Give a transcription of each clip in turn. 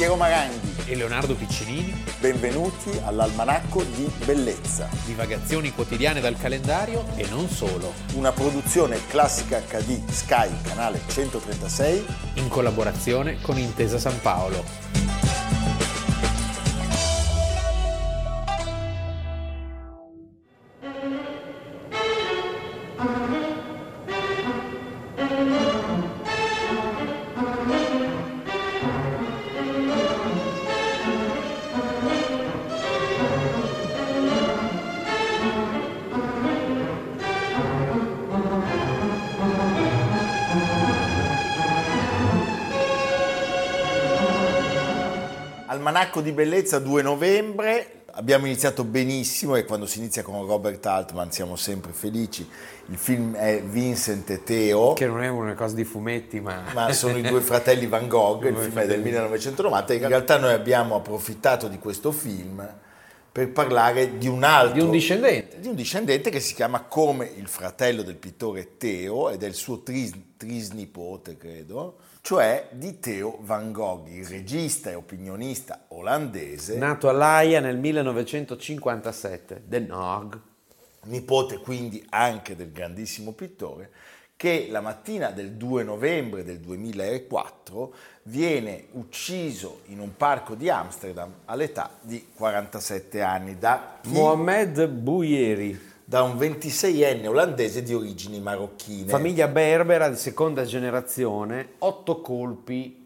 Piero Maranghi e Leonardo Piccinini. Benvenuti all'Almanacco di Bellezza. Divagazioni quotidiane dal calendario e non solo. Una produzione Classica HD Sky, canale 136, in collaborazione con Intesa San Paolo. Almanacco di Bellezza, 2 novembre. Abbiamo iniziato benissimo e quando si inizia con Robert Altman siamo sempre felici. Il film è Vincent e Theo. Che non è una cosa di fumetti, ma sono i due fratelli Van Gogh, il film è del 1990. In realtà noi abbiamo approfittato di questo film per parlare di un altro... Di un discendente. Di un discendente che si chiama come il fratello del pittore Theo ed è il suo trisnipote, credo, cioè di Theo Van Gogh, il regista e opinionista olandese. Nato a l'Aia nel 1957, Den Haag. Nipote quindi anche del grandissimo pittore, che la mattina del 2 novembre del 2004 viene ucciso in un parco di Amsterdam all'età di 47 anni da chi? Mohamed Bouyeri. Da un 26enne olandese di origini marocchine. Famiglia berbera di seconda generazione, 8 colpi,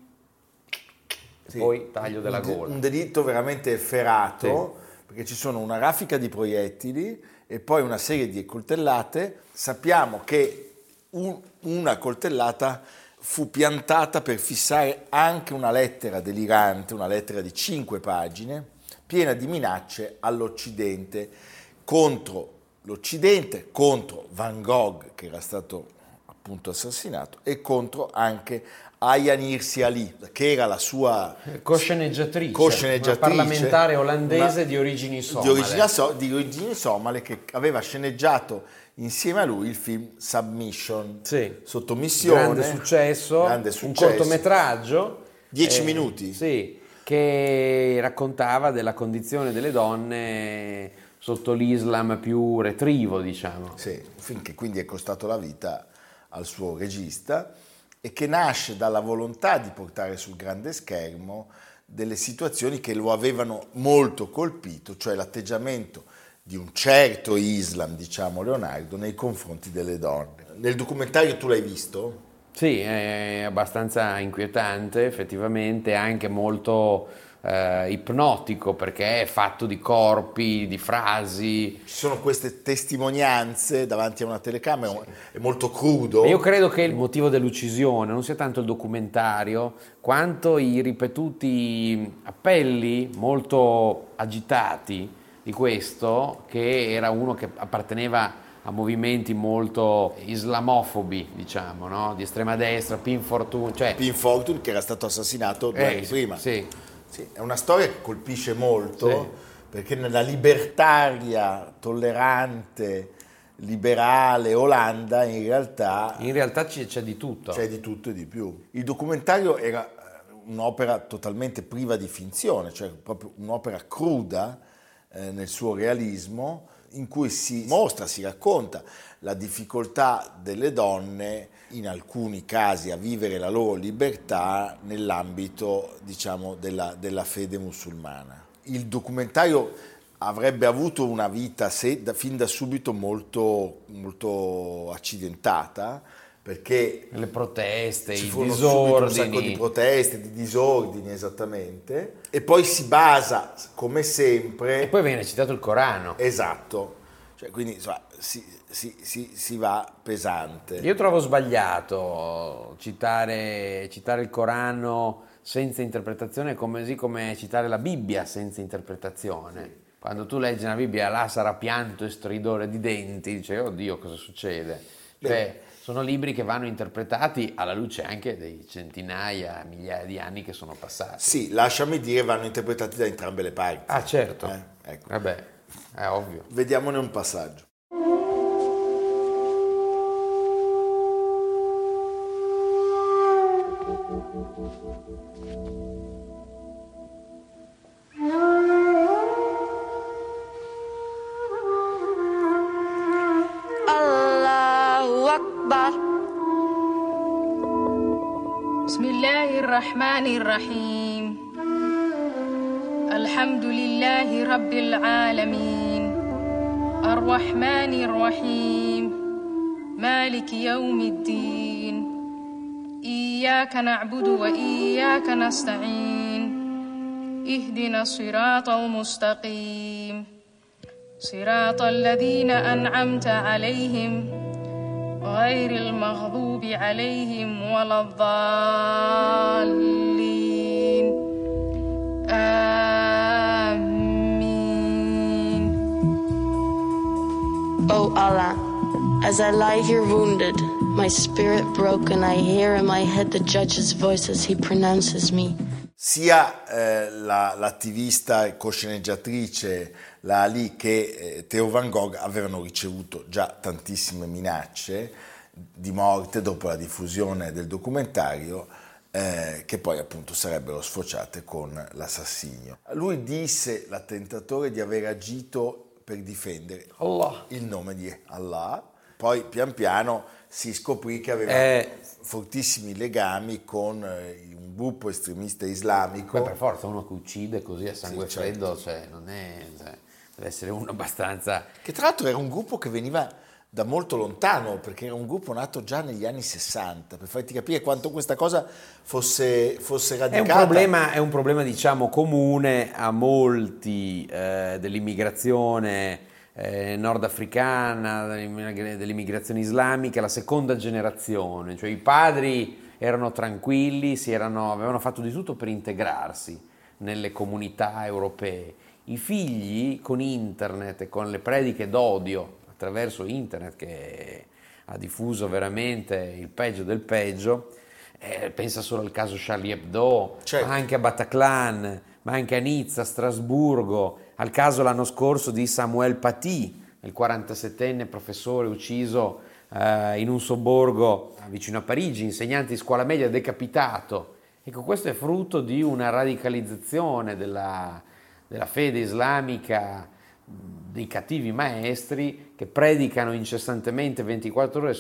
sì. Poi taglio della gola. Un delitto veramente efferato, sì. Perché ci sono una raffica di proiettili e poi una serie di coltellate. Sappiamo che una coltellata fu piantata per fissare anche una lettera delirante, una lettera di 5 pagine, piena di minacce all'Occidente, contro l'Occidente, contro Van Gogh, che era stato appunto assassinato, e contro anche Ayaan Hirsi Ali, che era la sua cosceneggiatrice, una parlamentare olandese di origini somale. Di origini somale, che aveva sceneggiato insieme a lui il film Submission, sì. Sottomissione, grande successo, un cortometraggio 10 minuti, sì, che raccontava della condizione delle donne sotto l'Islam più retrivo, diciamo. Sì, un film che quindi è costato la vita al suo regista e che nasce dalla volontà di portare sul grande schermo delle situazioni che lo avevano molto colpito, cioè l'atteggiamento di un certo Islam, diciamo Leonardo, nei confronti delle donne. Nel documentario tu l'hai visto? Sì, è abbastanza inquietante, effettivamente, anche molto ipnotico, perché è fatto di corpi, di frasi. Ci sono queste testimonianze davanti a una telecamera, sì. È molto crudo. Io credo che il motivo dell'uccisione non sia tanto il documentario, quanto i ripetuti appelli molto agitati di questo, che era uno che apparteneva a movimenti molto islamofobi, diciamo, no? Di estrema destra, Pin Fortuyn, che era stato assassinato 2 anni prima. Sì. Sì, è una storia che colpisce molto, sì. Perché nella libertaria, tollerante, liberale Olanda in realtà c'è di tutto. C'è di tutto e di più. Il documentario era un'opera totalmente priva di finzione, cioè proprio un'opera cruda nel suo realismo, in cui si mostra, si racconta la difficoltà delle donne in alcuni casi a vivere la loro libertà nell'ambito, diciamo, della fede musulmana. Il documentario avrebbe avuto una vita fin da subito molto, molto accidentata, perché le proteste, ci i furono disordini, un sacco di proteste, di disordini, esattamente, e poi si basa, come sempre... E poi viene citato il Corano. Esatto, cioè, quindi insomma, si va pesante. Io trovo sbagliato citare il Corano senza interpretazione, così come citare la Bibbia senza interpretazione. Sì. Quando tu leggi una Bibbia, là sarà pianto e stridore di denti, dici, oddio, cosa succede? Cioè, sono libri che vanno interpretati alla luce anche dei centinaia, migliaia di anni che sono passati. Sì, lasciami dire, vanno interpretati da entrambe le parti. Ah, certo. Ecco. Vabbè, è ovvio. Vediamone un passaggio. أكبر. بسم الله الرحمن الرحيم. الحمد لله رب العالمين الرحمن الرحيم مالك يوم الدين إياك نعبد وإياك نستعين اهدنا الصراط المستقيم صراط الذين أنعمت عليهم غير المغضوب عليهم ولا الضالين آمين. O Allah, as I lie here wounded, my spirit broken, I hear in my head the judge's voice as he pronounces me. Sia l'attivista e co-sceneggiatrice La Ali che Theo Van Gogh avevano ricevuto già tantissime minacce di morte dopo la diffusione del documentario, che poi appunto sarebbero sfociate con l'assassinio. Lui disse, l'attentatore, di aver agito per difendere Allah, il nome di Allah. Poi pian piano si scoprì che aveva fortissimi legami con un gruppo estremista islamico. Poi per forza uno che uccide così a sangue freddo, cioè, non è, deve essere uno abbastanza... Che tra l'altro era un gruppo che veniva da molto lontano, perché era un gruppo nato già negli anni 60, per farti capire quanto questa cosa fosse radicata. È un problema diciamo comune a molti dell'immigrazione nordafricana, dell'immigrazione islamica, la seconda generazione, cioè i padri erano tranquilli, avevano fatto di tutto per integrarsi nelle comunità europee. I figli, con internet e con le prediche d'odio attraverso internet, che ha diffuso veramente il peggio del peggio, pensa solo al caso Charlie Hebdo, certo, ma anche a Bataclan, ma anche a Nizza, Strasburgo, al caso l'anno scorso di Samuel Paty, il 47enne professore ucciso in un sobborgo vicino a Parigi, insegnante di scuola media decapitato. Ecco, questo è frutto di una radicalizzazione della fede islamica, dei cattivi maestri che predicano incessantemente 24 ore su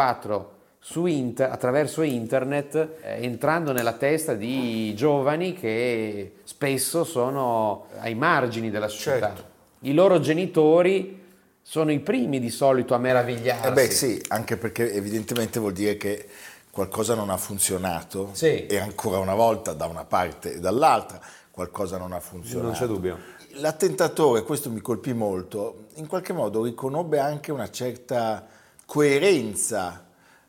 24 attraverso internet, entrando nella testa di giovani che spesso sono ai margini della società. Certo. I loro genitori sono i primi di solito a meravigliarsi. Sì, anche perché evidentemente vuol dire che qualcosa non ha funzionato, sì, e ancora una volta da una parte e dall'altra qualcosa non ha funzionato. Non c'è dubbio. L'attentatore, questo mi colpì molto, in qualche modo riconobbe anche una certa coerenza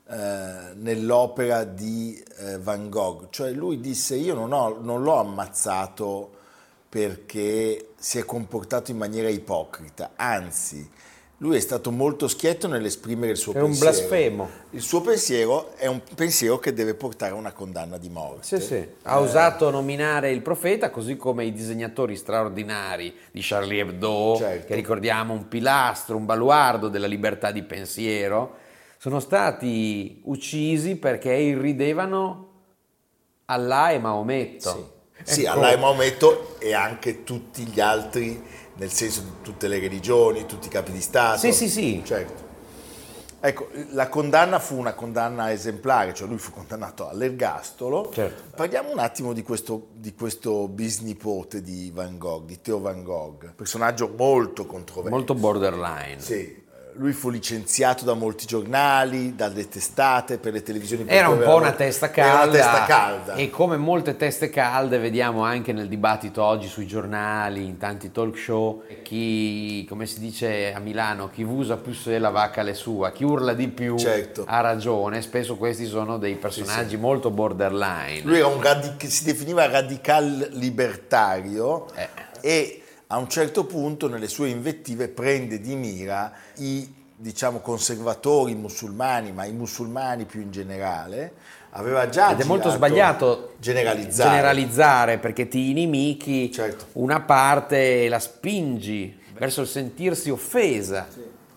nell'opera di Van Gogh, cioè lui disse: io non l'ho ammazzato perché si è comportato in maniera ipocrita, anzi lui è stato molto schietto nell'esprimere il suo pensiero. È un blasfemo. Il suo pensiero è un pensiero che deve portare a una condanna di morte. Sì, sì. Ha osato nominare il profeta, così come i disegnatori straordinari di Charlie Hebdo, certo, che ricordiamo un pilastro, un baluardo della libertà di pensiero, sono stati uccisi perché irridevano Allah e Maometto. Sì, Ecco. Allah e Maometto e anche tutti gli altri, nel senso di tutte le religioni, tutti i capi di Stato. Sì. Certo. Ecco, la condanna fu una condanna esemplare, cioè lui fu condannato all'ergastolo. Certo. Parliamo un attimo di questo bisnipote di Van Gogh, di Theo Van Gogh, personaggio molto controverso. Molto borderline. Sì. Lui fu licenziato da molti giornali, dalle testate, per le televisioni. Era un po' una testa calda. Era una testa calda. E come molte teste calde vediamo anche nel dibattito oggi sui giornali, in tanti talk show, chi, come si dice a Milano, chi usa più se la vacca le sua, chi urla di più, certo, ha ragione. Spesso questi sono dei personaggi molto borderline. Lui era si definiva radical libertario e a un certo punto nelle sue invettive prende di mira i, diciamo, conservatori musulmani, ma i musulmani più in generale. Aveva già ed è molto sbagliato generalizzare, perché ti inimichi, certo, una parte la spingi verso il sentirsi offesa. Sì.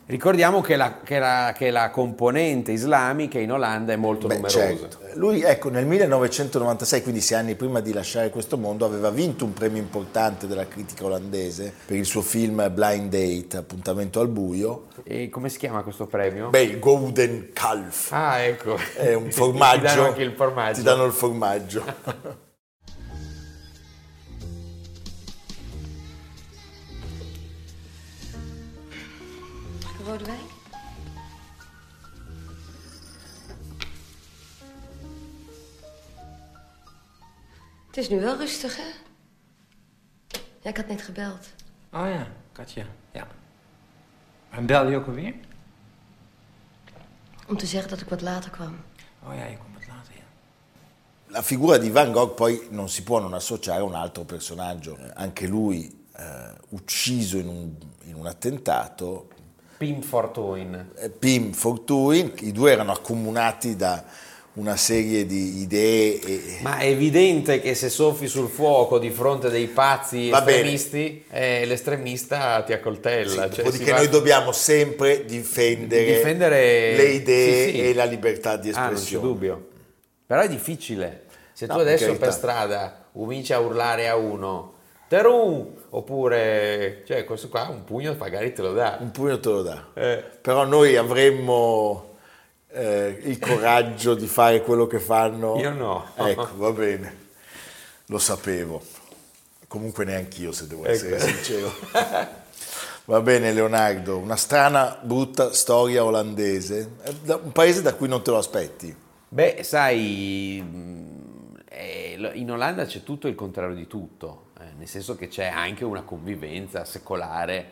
Ricordiamo che la componente islamica in Olanda è molto numerosa. Certo. Lui, ecco, nel 1996, quindi 6 anni prima di lasciare questo mondo, aveva vinto un premio importante della critica olandese per il suo film Blind Date, Appuntamento al buio. E come si chiama questo premio? Beh, il Golden Calf. Ah, ecco. È un formaggio. Ti danno anche il formaggio. Ti danno il formaggio. Lodewijk? Het is nu wel rustig, hè? Ja, ik had net gebeld. Oh ja, Katja, ja. Waarom belde je ook alweer? Om te zeggen dat ik wat later kwam. Oh ja, je komt wat later, ja. La figura di Van Gogh poi non si può non associare a un altro personaggio, anche lui ucciso in un attentato. Pim Fortuyn. Pim Fortuyn, i due erano accomunati da una serie di idee. Ma è evidente che se soffi sul fuoco di fronte a dei pazzi estremisti, l'estremista ti accoltella. Sì, dopodiché noi dobbiamo sempre difendere le idee e la libertà di espressione. Non c'è dubbio. Però è difficile. Se tu adesso per strada cominci a urlare a uno Terun, oppure, cioè questo qua un pugno magari te lo dà. Un pugno te lo dà. Però noi avremmo il coraggio di fare quello che fanno. Io no. Ecco, va bene. Lo sapevo. Comunque neanch'io, se devo essere sincero. Va bene, Leonardo. Una strana, brutta storia olandese. Un paese da cui non te lo aspetti. Beh, sai, in Olanda c'è tutto il contrario di tutto. Nel senso che c'è anche una convivenza secolare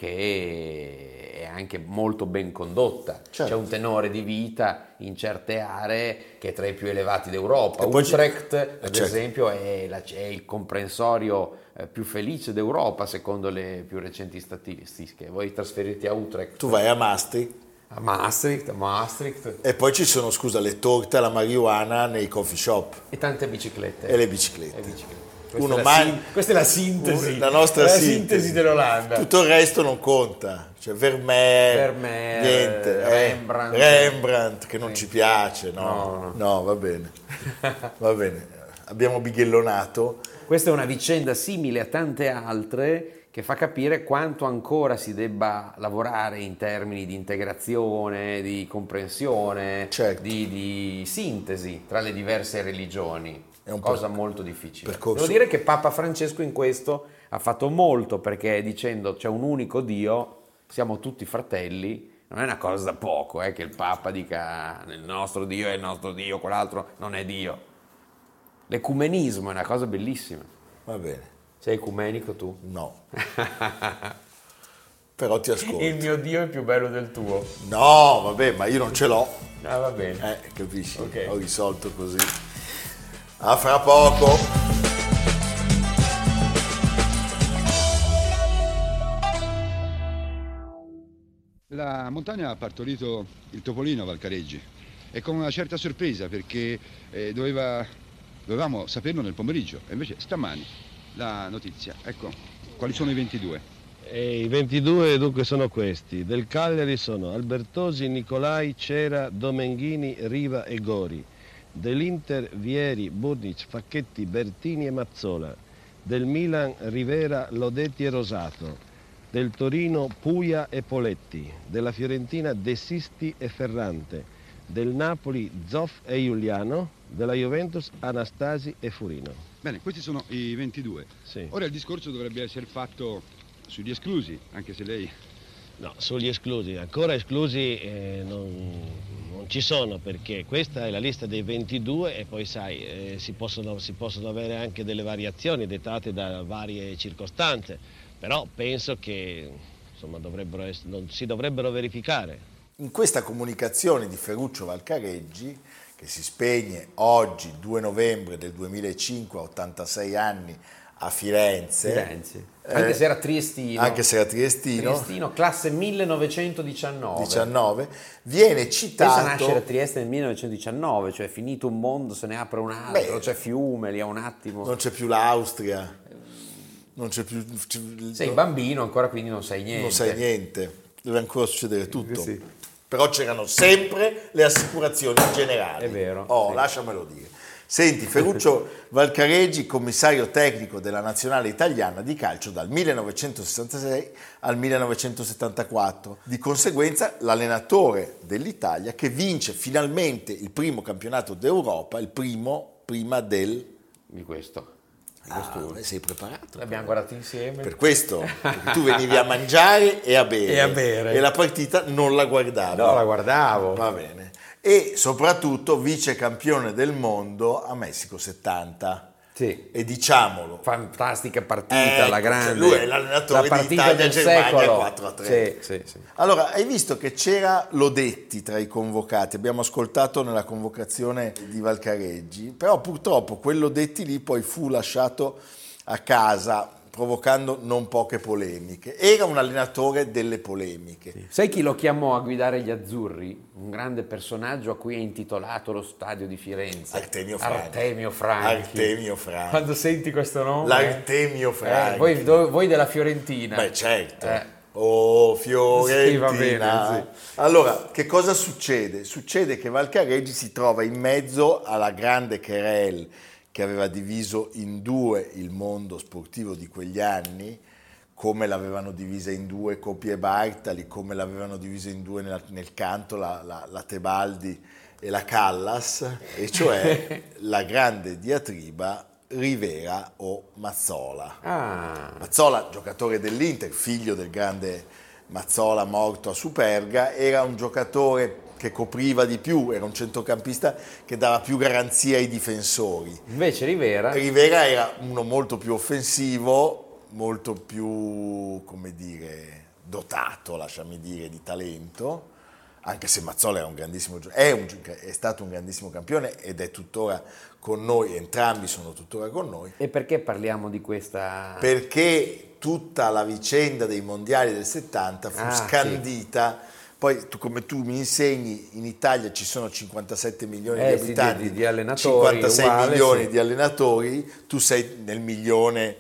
che è anche molto ben condotta. Certo. C'è un tenore di vita in certe aree che è tra i più elevati d'Europa. Utrecht, ad esempio, è il comprensorio più felice d'Europa, secondo le più recenti statistiche. Vuoi trasferirti a Utrecht? Tu vai a Maastricht. A Maastricht. E poi ci sono, le torte alla marijuana nei coffee shop. E tante biciclette. E le biciclette. Questa è la sintesi, la nostra sintesi dell'Olanda. Tutto il resto non conta, cioè Vermeer, niente, Rembrandt che non ci piace, no, va bene, abbiamo bighellonato. Questa è una vicenda simile a tante altre che fa capire quanto ancora si debba lavorare in termini di integrazione, di comprensione, certo, di sintesi tra le diverse religioni. È una cosa molto difficile. Percorso. Devo dire che Papa Francesco in questo ha fatto molto, perché dicendo c'è un unico Dio, siamo tutti fratelli, non è una cosa da poco che il Papa dica il nostro Dio è il nostro Dio, quell'altro non è Dio. L'ecumenismo è una cosa bellissima. Va bene. Sei ecumenico tu? No. Però ti ascolto. Il mio Dio è più bello del tuo. No, vabbè, ma io non ce l'ho. Ah, va bene. Capisci? Okay. Ho risolto così. A fra poco. La montagna ha partorito il topolino a Valcareggi e con una certa sorpresa, perché dovevamo saperlo nel pomeriggio e invece stamani la notizia. Ecco, quali sono i 22? I 22 dunque sono questi. Del Cagliari sono Albertosi, Nicolai, Cera, Domenghini, Riva e Gori. Dell'Inter Vieri, Burnic, Facchetti, Bertini e Mazzola. Del Milan Rivera, Lodetti e Rosato. Del Torino Puia e Poletti. Della Fiorentina De Sisti e Ferrante. Del Napoli Zoff e Giuliano. Della Juventus Anastasi e Furino. Bene, questi sono i 22. Sì. Ora il discorso dovrebbe essere fatto sugli esclusi, anche se lei... No, sugli esclusi, ancora esclusi non ci sono, perché questa è la lista dei 22 e poi si possono avere anche delle variazioni dettate da varie circostanze, però penso che insomma si dovrebbero verificare. In questa comunicazione di Ferruccio Valcareggi, che si spegne oggi 2 novembre del 2005 a 86 anni a Firenze. Anche se era triestino. Triestino, classe 1919. Viene citato... Pensa a nascere a Trieste nel 1919, cioè finito un mondo, se ne apre un altro, c'è Fiume lì a un attimo. Non c'è più l'Austria, non c'è più... Sei bambino ancora, quindi non sai niente. deve ancora succedere tutto. Sì. Però c'erano sempre le assicurazioni generali. È vero. Sì. Lasciamelo dire. Senti, Ferruccio Valcareggi, commissario tecnico della nazionale italiana di calcio dal 1966 al 1974. Di conseguenza l'allenatore dell'Italia che vince finalmente il primo campionato d'Europa, il primo prima di questo. Sei preparato? L'abbiamo guardato insieme. Per questo, perché tu venivi a mangiare e a bere. E la partita non la guardavi. No, la guardavo. Va bene. E soprattutto vice campione del mondo a Messico 70. Sì. E diciamolo. Fantastica partita, la grande. Lui è l'allenatore d'Italia-Germania 4-3. Sì. Allora, hai visto che c'era Lodetti tra i convocati, abbiamo ascoltato nella convocazione di Valcareggi, però purtroppo quel Lodetti lì poi fu lasciato a casa, provocando non poche polemiche. Era un allenatore delle polemiche. Sì. Sai chi lo chiamò a guidare gli azzurri? Un grande personaggio a cui è intitolato lo stadio di Firenze. Artemio Franchi. Quando senti questo nome? L'Artemio Franchi. Voi della Fiorentina. Beh, certo. Oh, Fiorentina. Sì, va bene, sì. Allora, che cosa succede? Succede che Valcareggi si trova in mezzo alla grande querelle che aveva diviso in due il mondo sportivo di quegli anni, come l'avevano divisa in due Coppi e Bartali, come l'avevano divisa in due nel canto la Tebaldi e la Callas, e cioè la grande diatriba Rivera o Mazzola. Mazzola, giocatore dell'Inter, figlio del grande Mazzola morto a Superga, era un giocatore che copriva di più, era un centrocampista che dava più garanzia ai difensori. Invece Rivera era uno molto più offensivo, molto più, come dire, dotato, lasciami dire, di talento, anche se Mazzola era un grandissimo è stato un grandissimo campione ed è tuttora con noi, entrambi sono tuttora con noi. E perché parliamo di questa? Perché tutta la vicenda dei mondiali del 70 fu scandita. Sì. Poi, come tu mi insegni, in Italia ci sono 57 milioni di abitanti, di allenatori, 56 uguale, milioni di allenatori, tu sei nel milione,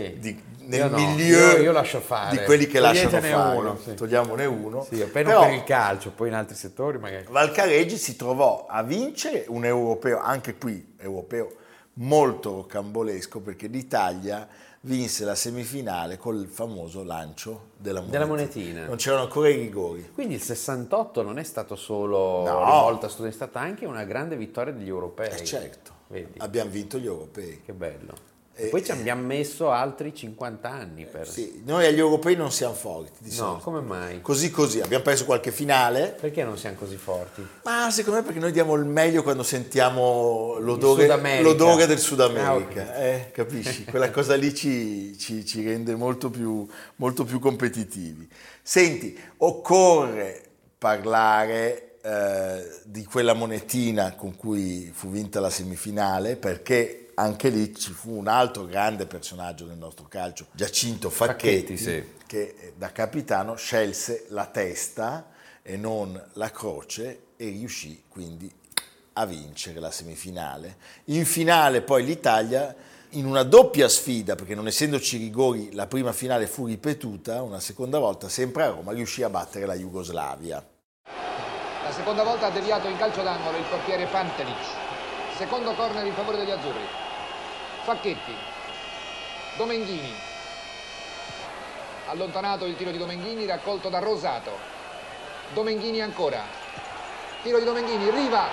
io lascio fare. Di quelli che lasciano fare. Uno, Togliamone uno. Sì, però per il calcio, poi in altri settori magari. Valcareggi si trovò a vincere un europeo, anche qui europeo molto rocambolesco, perché l'Italia vinse la semifinale col famoso lancio della monetina. Non c'erano ancora i rigori. Quindi il 68 non è stato solo rivolta studentesca, è stata anche una grande vittoria degli europei. Certo, vedi? Abbiamo vinto gli europei. Che bello. E poi ci abbiamo messo altri 50 anni per... Sì, noi agli europei non siamo forti di solito. No, come mai? Così, abbiamo perso qualche finale. Perché non siamo così forti? Ma secondo me perché noi diamo il meglio quando sentiamo l'odore del Sud America, capisci? Quella cosa lì ci rende molto più competitivi. Senti, occorre parlare di quella monetina con cui fu vinta la semifinale, perché anche lì ci fu un altro grande personaggio del nostro calcio, Giacinto Facchetti, che da capitano scelse la testa e non la croce e riuscì quindi a vincere la semifinale. In finale poi l'Italia, in una doppia sfida, perché non essendoci rigori la prima finale fu ripetuta una seconda volta sempre a Roma, riuscì a battere la Jugoslavia. La seconda volta ha deviato in calcio d'angolo il portiere Pantelic. Secondo corner in favore degli azzurri. Facchetti, Domenghini, allontanato il tiro di Domenghini, raccolto da Rosato. Domenghini ancora, tiro di Domenghini, Riva,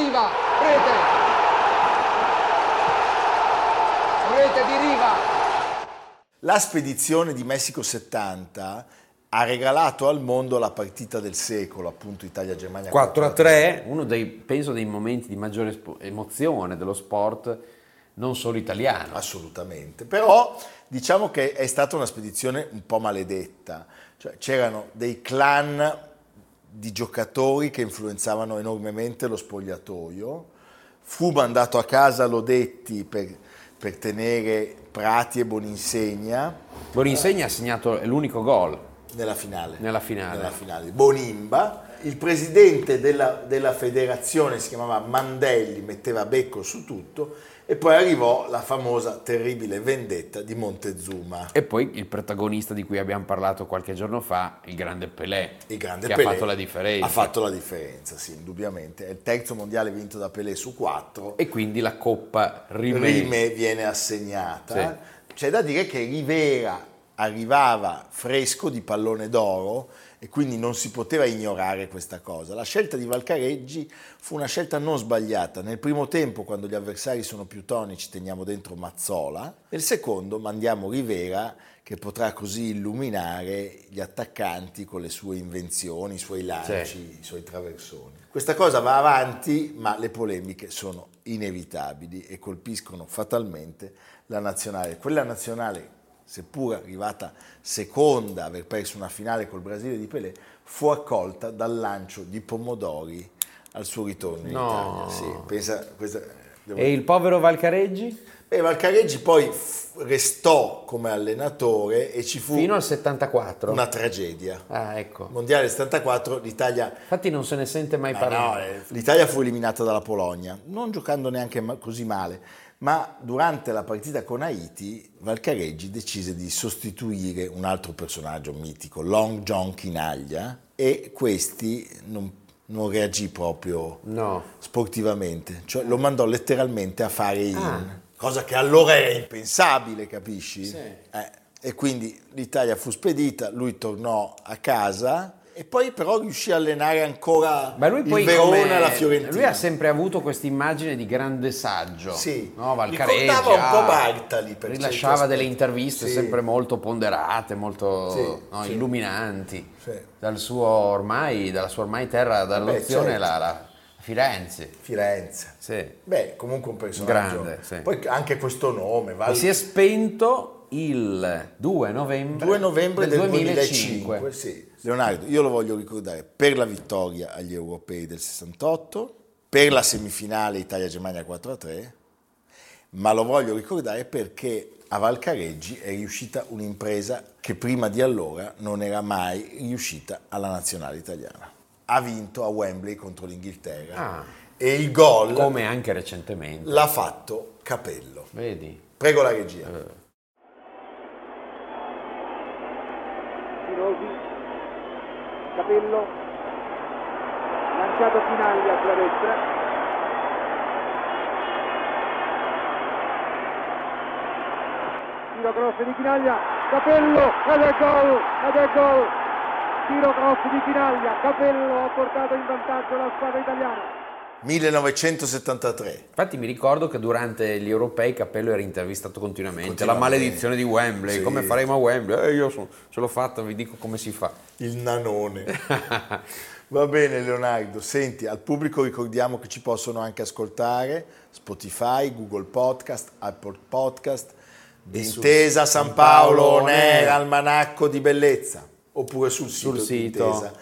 rete di Riva. La spedizione di Messico 70 ha regalato al mondo la partita del secolo, appunto Italia-Germania 4-3, uno dei momenti di maggiore emozione dello sport, non solo italiano. Assolutamente, però diciamo che è stata una spedizione un po' maledetta, cioè c'erano dei clan di giocatori che influenzavano enormemente lo spogliatoio, fu mandato a casa Lodetti per tenere Prati e Boninsegna. Boninsegna ha segnato l'unico gol nella finale. Bonimba. Il presidente della federazione si chiamava Mandelli, metteva becco su tutto, E poi arrivò la famosa terribile vendetta di Montezuma. E poi il protagonista di cui abbiamo parlato qualche giorno fa, il grande Pelé, Pelé ha fatto la differenza. Ha fatto la differenza, sì, indubbiamente. È il terzo mondiale vinto da Pelé su 4. E quindi la Coppa Rimé viene assegnata. Sì. C'è da dire che Rivera arrivava fresco di pallone d'oro e quindi non si poteva ignorare questa cosa. La scelta di Valcareggi fu una scelta non sbagliata. Nel primo tempo, quando gli avversari sono più tonici, teniamo dentro Mazzola. Nel secondo mandiamo Rivera, che potrà così illuminare gli attaccanti con le sue invenzioni, i suoi lanci, i suoi traversoni. Questa cosa va avanti, ma le polemiche sono inevitabili e colpiscono fatalmente la nazionale. Quella nazionale, seppur arrivata seconda, aver perso una finale col Brasile di Pelé, fu accolta dal lancio di pomodori al suo ritorno in Italia. Sì, pensa, E il povero Valcareggi? Valcareggi poi restò come allenatore e ci fu fino al 74 una tragedia. Ecco. Mondiale 74, l'Italia, infatti non se ne sente mai parlare. L'Italia fu eliminata dalla Polonia, non giocando neanche così male, ma durante la partita con Haiti Valcareggi decise di sostituire un altro personaggio mitico, Long John Chinaglia, e questi non reagì proprio sportivamente, cioè lo mandò letteralmente a fare cosa che allora era impensabile, capisci? Sì. E quindi l'Italia fu spedita, lui tornò a casa e poi però riuscì a allenare ancora il Verona e la Fiorentina. Lui ha sempre avuto questa immagine di grande saggio, sì. No? Valcareggi ricordava un po' Bartali, rilasciava delle interviste sempre molto ponderate, molto illuminanti, dalla sua ormai terra d'adozione, la Firenze. Sì. Beh, comunque un personaggio grande, sì. Poi anche questo nome si è spento il 2 novembre del 2005. Sì. Leonardo, io lo voglio ricordare per la vittoria agli europei del 68, per la semifinale Italia-Germania 4-3, ma lo voglio ricordare perché a Valcareggi è riuscita un'impresa che prima di allora non era mai riuscita alla nazionale italiana. Ha vinto a Wembley contro l'Inghilterra e il gol, come anche recentemente, l'ha fatto Capello. Vedi? Prego la regia. Capello, lanciato Chinaglia sulla destra, tiro cross di Chinaglia, Capello, ed è gol, tiro cross di Chinaglia, Capello ha portato in vantaggio la squadra italiana. 1973. Infatti mi ricordo che durante gli europei Capello era intervistato continuamente. La maledizione di Wembley, sì. Come faremo a Wembley? Io ce l'ho fatta, vi dico come si fa. Il nanone. Va bene Leonardo, senti, al pubblico ricordiamo che ci possono anche ascoltare Spotify, Google Podcast, Apple Podcast, Intesa San Paolo, Almanacco di Bellezza, oppure sul sito di Intesa,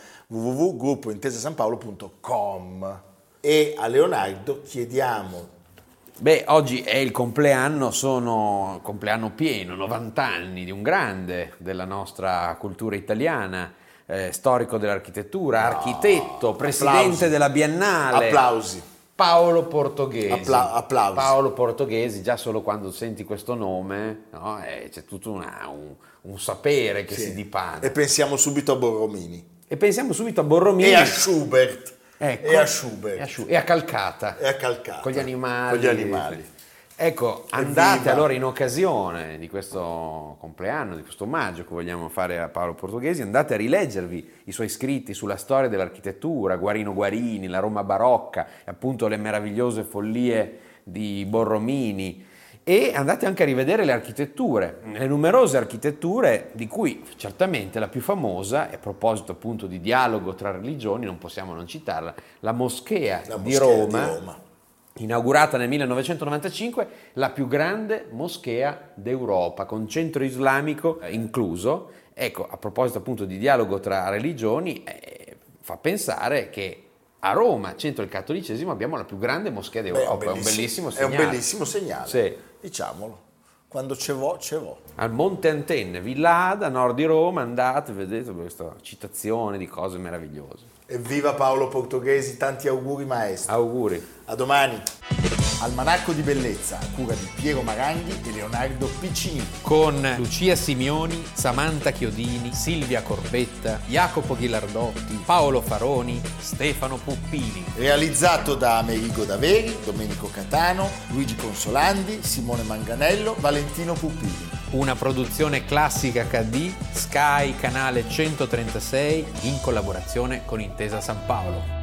www.gruppointesasanpaolo.com. E a Leonardo chiediamo... oggi è il compleanno, compleanno pieno, 90 anni di un grande della nostra cultura italiana, storico dell'architettura, architetto, presidente della Biennale. Applausi. Paolo Portoghesi. Applausi. Paolo Portoghesi, già solo quando senti questo nome, no? C'è tutto un sapere che si dipana. E pensiamo subito a Borromini. E a Schubert. Ecco, e a Schubert. E a Calcata. Con gli animali. Ecco, andate allora in occasione di questo compleanno, di questo omaggio che vogliamo fare a Paolo Portoghesi, andate a rileggervi i suoi scritti sulla storia dell'architettura, Guarino Guarini, la Roma barocca, appunto le meravigliose follie di Borromini, e andate anche a rivedere le architetture, le numerose architetture di cui certamente la più famosa, e a proposito appunto di dialogo tra religioni, non possiamo non citarla, la Moschea di Roma, inaugurata nel 1995, la più grande moschea d'Europa, con centro islamico incluso. Ecco, a proposito appunto di dialogo tra religioni, fa pensare che a Roma, centro del cattolicesimo, abbiamo la più grande moschea d'Europa. È un bellissimo segnale. È un bellissimo segnale, sì. Diciamolo. Quando c'è vo'. Al Monte Antenne, Villa Ada, a nord di Roma, andate, vedete questa citazione di cose meravigliose. Evviva Paolo Portoghesi, tanti auguri maestro. Auguri. A domani. Almanacco di bellezza a cura di Piero Maranghi e Leonardo Piccini. Con Lucia Simioni, Samantha Chiodini, Silvia Corbetta, Jacopo Ghilardotti, Paolo Faroni, Stefano Puppini. Realizzato da Amerigo Daveri, Domenico Catano, Luigi Consolandi, Simone Manganello, Valentino Puppini. Una produzione Classica HD, Sky Canale 136 in collaborazione con Intesa San Paolo.